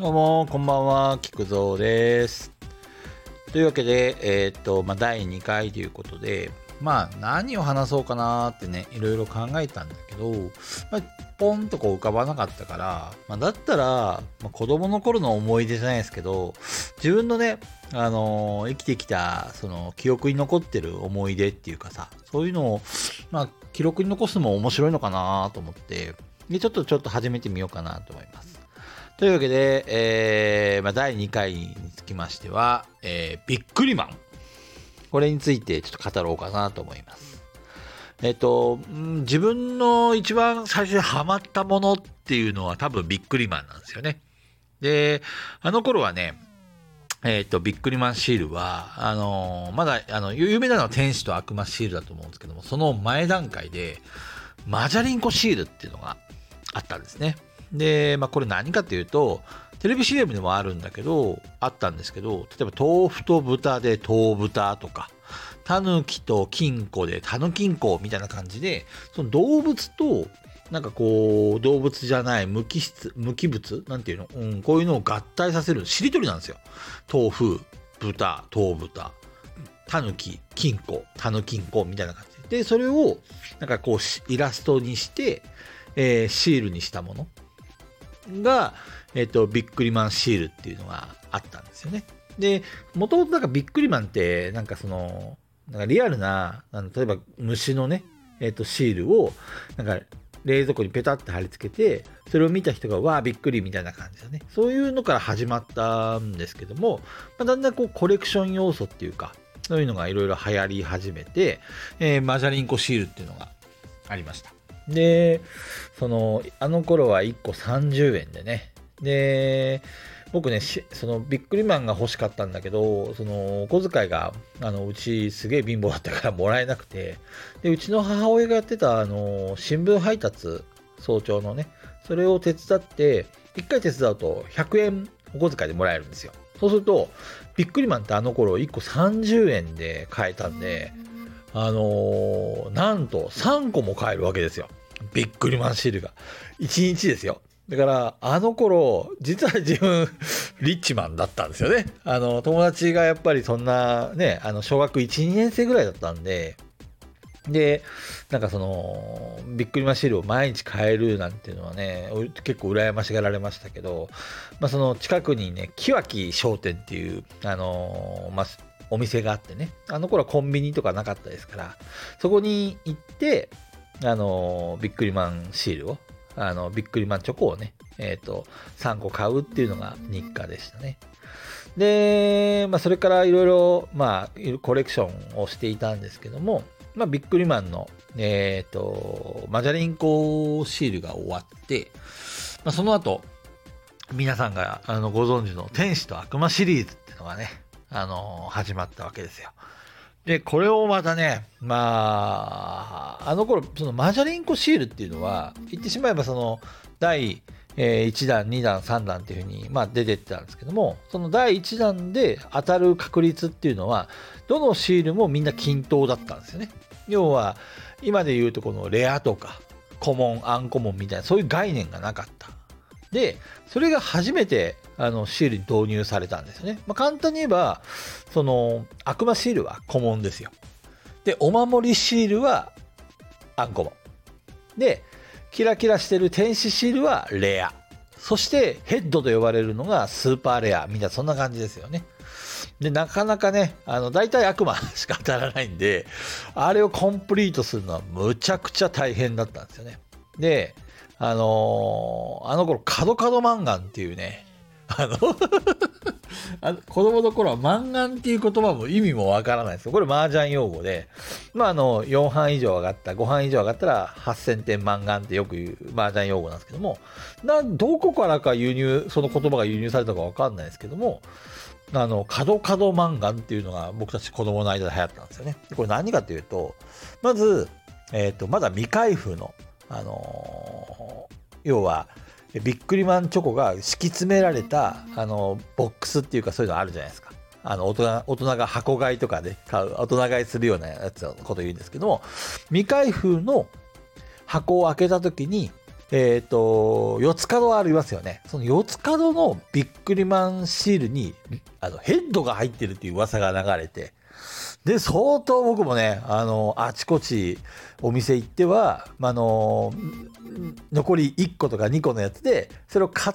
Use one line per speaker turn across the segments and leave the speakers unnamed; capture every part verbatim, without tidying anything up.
どうもこんばんは、菊蔵です。というわけで、えーっと、まあ、だいにかいということで、まあ何を話そうかなーってね、いろいろ考えたんだけど、まあ、ポンとこう浮かばなかったから、まあ、だったら、まあ、子供の頃の思い出じゃないですけど、自分のね、あのー生きてきた、その記憶に残ってる思い出っていうかさ、そういうのを、まあ、記録に残すのも面白いのかなと思って、で、ちょっとちょっと始めてみようかなと思います。というわけで、えーまあ、だいにかいにつきましては、えービックリマン。これについてちょっと語ろうかなと思います。えっと、ん自分の一番最初にハマったものっていうのは多分ビックリマンなんですよね。で、あの頃はね、えっと、ビックリマンシールは、あのーまだ、あの、有名なのは天使と悪魔シールだと思うんですけども、その前段階で、マジャリンコシールっていうのがあったんですね。で、まあ、これ何かっていうと、テレビ シーエム でもあるんだけど、あったんですけど、例えば豆腐と豚で豆豚とか、タヌキと金庫でタヌキンコみたいな感じで、その動物と、なんかこう、動物じゃない無機質、無機物なんていうの、うん、こういうのを合体させる、しりとりなんですよ。豆腐、豚、豆豚、タヌキ、金庫、タヌキンコみたいな感じで。で、それを、なんかこう、イラストにして、えーシールにしたものが、えっと、ビックリマンシールっていうのがあったんですよね。で、もともとなんかビックリマンって、なんかその、なんかリアルな、あの例えば虫のね、えっと、シールを、なんか冷蔵庫にペタって貼り付けて、それを見た人が、わあ、びっくりみたいな感じだね。そういうのから始まったんですけども、まあ、だんだんこうコレクション要素っていうか、そういうのがいろいろ流行り始めて、えーマジャリンコシールっていうのがありました。で、その、あの頃はいっこさんじゅうえんでね。で、僕ね、しそのビックリマンが欲しかったんだけど、そのお小遣いが、あの、うちすげえ貧乏だったからもらえなくて、で、うちの母親がやってた、あの、新聞配達、早朝のね、それを手伝って、いっかい手伝うとひゃくえんお小遣いでもらえるんですよ。そうすると、ビックリマンってあの頃いっこさんじゅうえんで買えたんで、あのーなんとさんこも買えるわけですよ。ビックリマンシールが。いちにちですよ。だから、あの頃、実は自分、リッチマンだったんですよね。あの、友達がやっぱりそんな、ね、あの、小学いち、にねん生ぐらいだったんで、で、なんかその、ビックリマンシールを毎日買えるなんていうのはね、結構羨ましがられましたけど、まあその近くにね、木脇商店っていう、あのーまあ、お店があってね、あの頃はコンビニとかなかったですから、そこに行って、あのービックリマンシールを、あの、ビックリマンチョコをね、えっと、さんこ買うっていうのが日課でしたね。で、まあそれからいろいろ、まあ、コレクションをしていたんですけども、まあ、ビックリマンの、えっと、マジャリンコシールが終わって、まあ、その後、皆さんがあのご存知の天使と悪魔シリーズっていうのがね、あの始まったわけですよ。で、これをまたね、まあ、あの頃、そのマジャリンコシールっていうのは、言ってしまえばその、第えーいちだん、にだん、さんだんっていうふうに、まあ、出てったんですけども、そのだいいちだんで当たる確率っていうのは、どのシールもみんな均等だったんですよね。要は、今で言うとこのレアとか、コモン、アンコモンみたいな、そういう概念がなかった。で、それが初めてあのシールに導入されたんですよね。まあ、簡単に言えば、その悪魔シールはコモンですよ。で、お守りシールはアンコモン。で、キラキラしてる天使シールはレア。そしてヘッドと呼ばれるのがスーパーレア。みんなそんな感じですよね。で、なかなかね、あの、大体悪魔しか当たらないんで、あれをコンプリートするのはむちゃくちゃ大変だったんですよね。で、あのーあの頃、カドカドマンガンっていうね、あのあの子供の頃はマンガンっていう言葉も意味もわからないですよ。これ麻雀用語で、まああの、よん班以上上がった、ご班以上上がったらはっせんてんマンガンってよく言う麻雀用語なんですけども、などこからか輸入、その言葉が輸入されたかわかんないですけども、あの、カドカドマンガンっていうのが僕たち子供の間で流行ったんですよね。でこれ何かっていうと、まず、えっと、まだ未開封の、あのー要は、ビックリマンチョコが敷き詰められた、あの、ボックスっていうかそういうのあるじゃないですか。あの、大人、大人が箱買いとかで買う、大人買いするようなやつのことを言うんですけども、未開封の箱を開けた時に、 えっと、四つ角ありますよね。その四つ角のビックリマンシールに、あの、ヘッドが入ってるっていう噂が流れて、で、相当僕もね、あの、あちこちお店行っては、あの、残りいっことかにこのやつで、それを買って、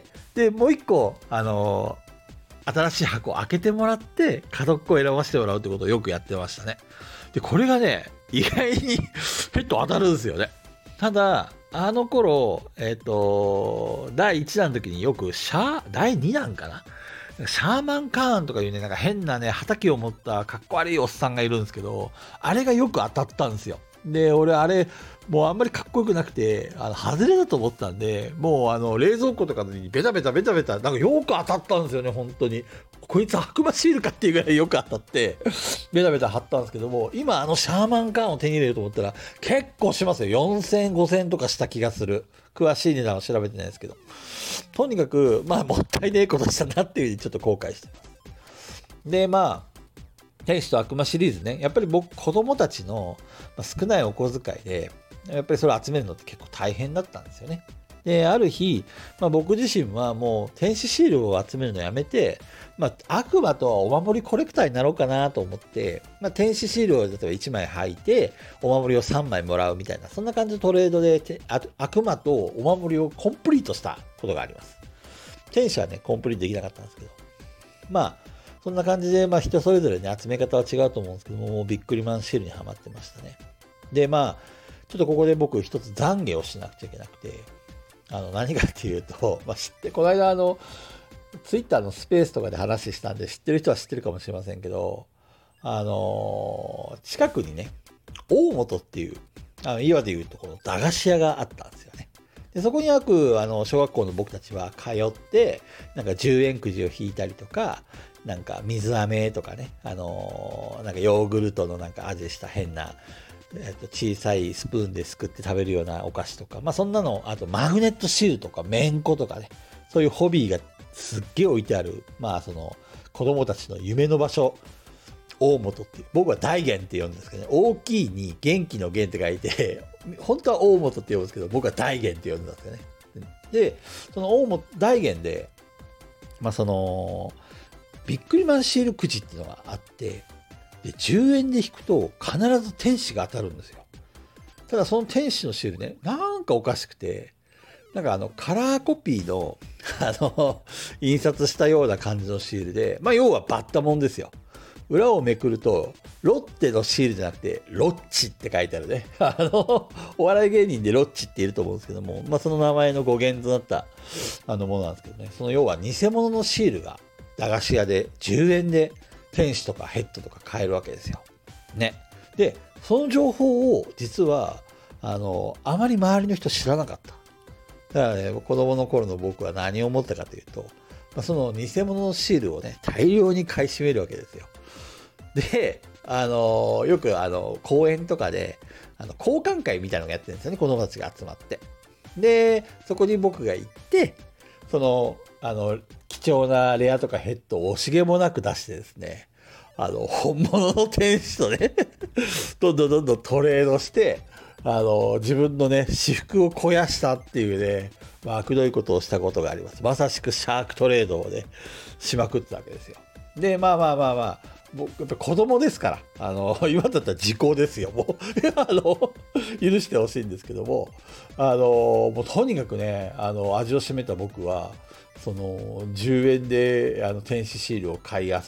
で、もういっこ、あの、新しい箱を開けてもらって、角っこを選ばせてもらうってことをよくやってましたね。で、これがね、意外にヘッド当たるんですよね。ただ、あの頃、えっと、だいいちだんの時によくシャー、だいにだんかなシャーマンカーンとかいうね、なんか変なね、畑を持ったかっこ悪いおっさんがいるんですけど、あれがよく当たったんですよ。で、俺あれ、もうあんまりかっこよくなくて、あの、外れだと思ったんで、もうあの、冷蔵庫とかにベタベタベタベタ、なんかよく当たったんですよね、本当に。こいつ悪魔シールかっていうぐらいよく当たって、ベタベタ貼ったんですけども、今あのシャーマンカーンを手に入れると思ったら、結構しますよ。よんせん、ごせんとかした気がする。詳しい値段は調べてないですけど。とにかく、まあ、もったいねえことしたなっていうふうにちょっと後悔してます。で、まあ、天使と悪魔シリーズね、やっぱり僕、子供たちの少ないお小遣いで、やっぱりそれを集めるのって結構大変だったんですよね。で、ある日、まあ、僕自身はもう天使シールを集めるのやめて、まあ、悪魔とはお守りコレクターになろうかなと思って、まあ、天使シールを例えばいちまい履いて、お守りをさんまいもらうみたいな、そんな感じのトレードで悪魔とお守りをコンプリートしたことがあります。天使はね、コンプリートできなかったんですけど。まあ、そんな感じで、まあ人それぞれね、集め方は違うと思うんですけども、もうビックリマンシールにはまってましたね。で、まあ、ちょっとここで僕一つ懺悔をしなくちゃいけなくて、あの、何かっていうと、まあ知って、この間あの、ツイッターのスペースとかで話したんで、知ってる人は知ってるかもしれませんけど、あのー、近くにね、大本っていう、あの岩でいうとこの駄菓子屋があったんですよね。でそこによくあの小学校の僕たちは通って、なんかじゅうえんくじを引いたりとか、なんか水飴とかね、あのー、なんかヨーグルトのなんか味した変な、えっと、小さいスプーンですくって食べるようなお菓子とか、まあそんなの、あとマグネットシールとかめんことかね、そういうホビーがすっげえ置いてある、まあその子供たちの夢の場所、大本っていう、僕は大元って呼ぶんですけどね、大きいに元気の元って書いて、本当は大本って呼ぶんですけど、僕は大元って呼んでたんですよね。で、その大本、大元で、まあその、ビックリマンシールくじっていうのがあって、で、じゅうえんで引くと必ず天使が当たるんですよ。ただその天使のシールね、なんかおかしくて、なんかあのカラーコピーの、あの、印刷したような感じのシールで、まあ要はバッタモンですよ。裏をめくると、ロッテのシールじゃなくて、ロッチって書いてあるね。あの、お笑い芸人でロッチっていると思うんですけども、まあその名前の語源となったあのものなんですけどね。その要は偽物のシールが駄菓子屋でじゅうえんで天使とかヘッドとか買えるわけですよ。ね。で、その情報を実は、あの、あまり周りの人知らなかった。だからね、子供の頃の僕は何を思ったかというと、まあ、その偽物のシールをね、大量に買い占めるわけですよ。で、あの、よくあの、公園とかで、あの、交換会みたいなのがやってるんですよね、子供たちが集まって。で、そこに僕が行って、その、あの、貴重なレアとかヘッドを惜しげもなく出してですね、あの、本物の天使とね、どんどんどんどんトレードして、あの、自分のね、私服を肥やしたっていうね、まあ、悪どいことをしたことがあります。まさしくシャークトレードをね、しまくってたわけですよ。で、まあまあまあまあ、僕、やっぱ子供ですから、あの、今だったら時効ですよ、もう。あの、許してほしいんですけども、あの、もうとにかくね、あの、味を占めた僕は、その、じゅうえんで、あの、天使シールを買い漁って、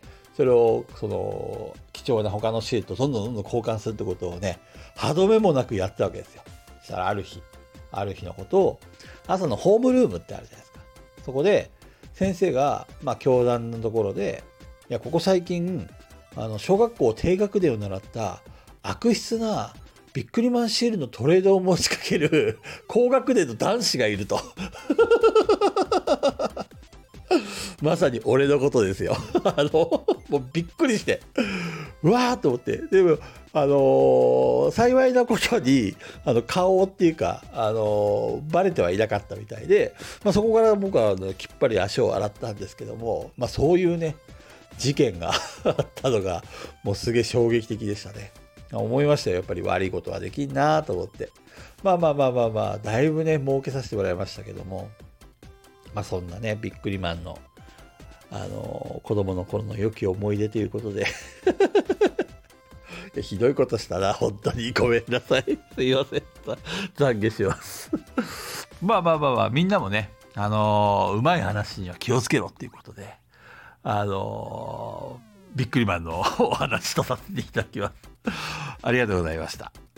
それを、その、貴重な他のシールとどんどんどんどん交換するってことをね、歯止めもなくやったわけですよ。そしたらある日、ある日のことを、朝のホームルームってあるじゃないですか。そこで、先生が、まあ、教壇のところで、いや、ここ最近、あの、小学校低学年を習った悪質なビックリマンシールのトレードを持ちかける高学年の男子がいると。まさに俺のことですよ。あの、もうびっくりして、うわーと思って。でも、あのー、幸いなことに、あの、顔っていうか、あのー、バレてはいなかったみたいで、まあ、そこから僕はあのきっぱり足を洗ったんですけども、まあ、そういうね、事件があったのが、もうすげえ衝撃的でしたね。 思いましたよ。やっぱり悪いことはできんなと思って。まあまあまあまあまあ、だいぶね、儲けさせてもらいましたけども、まあそんなね、ビックリマンの、あのー、子供の頃の良き思い出ということでひどいことしたら本当にごめんなさい。すいません。懺悔しますまあまあまあまあ、みんなもね、あのー、うまい話には気をつけろっていうことで、あのー、ビックリマンのお話とさせていただきます。ありがとうございました。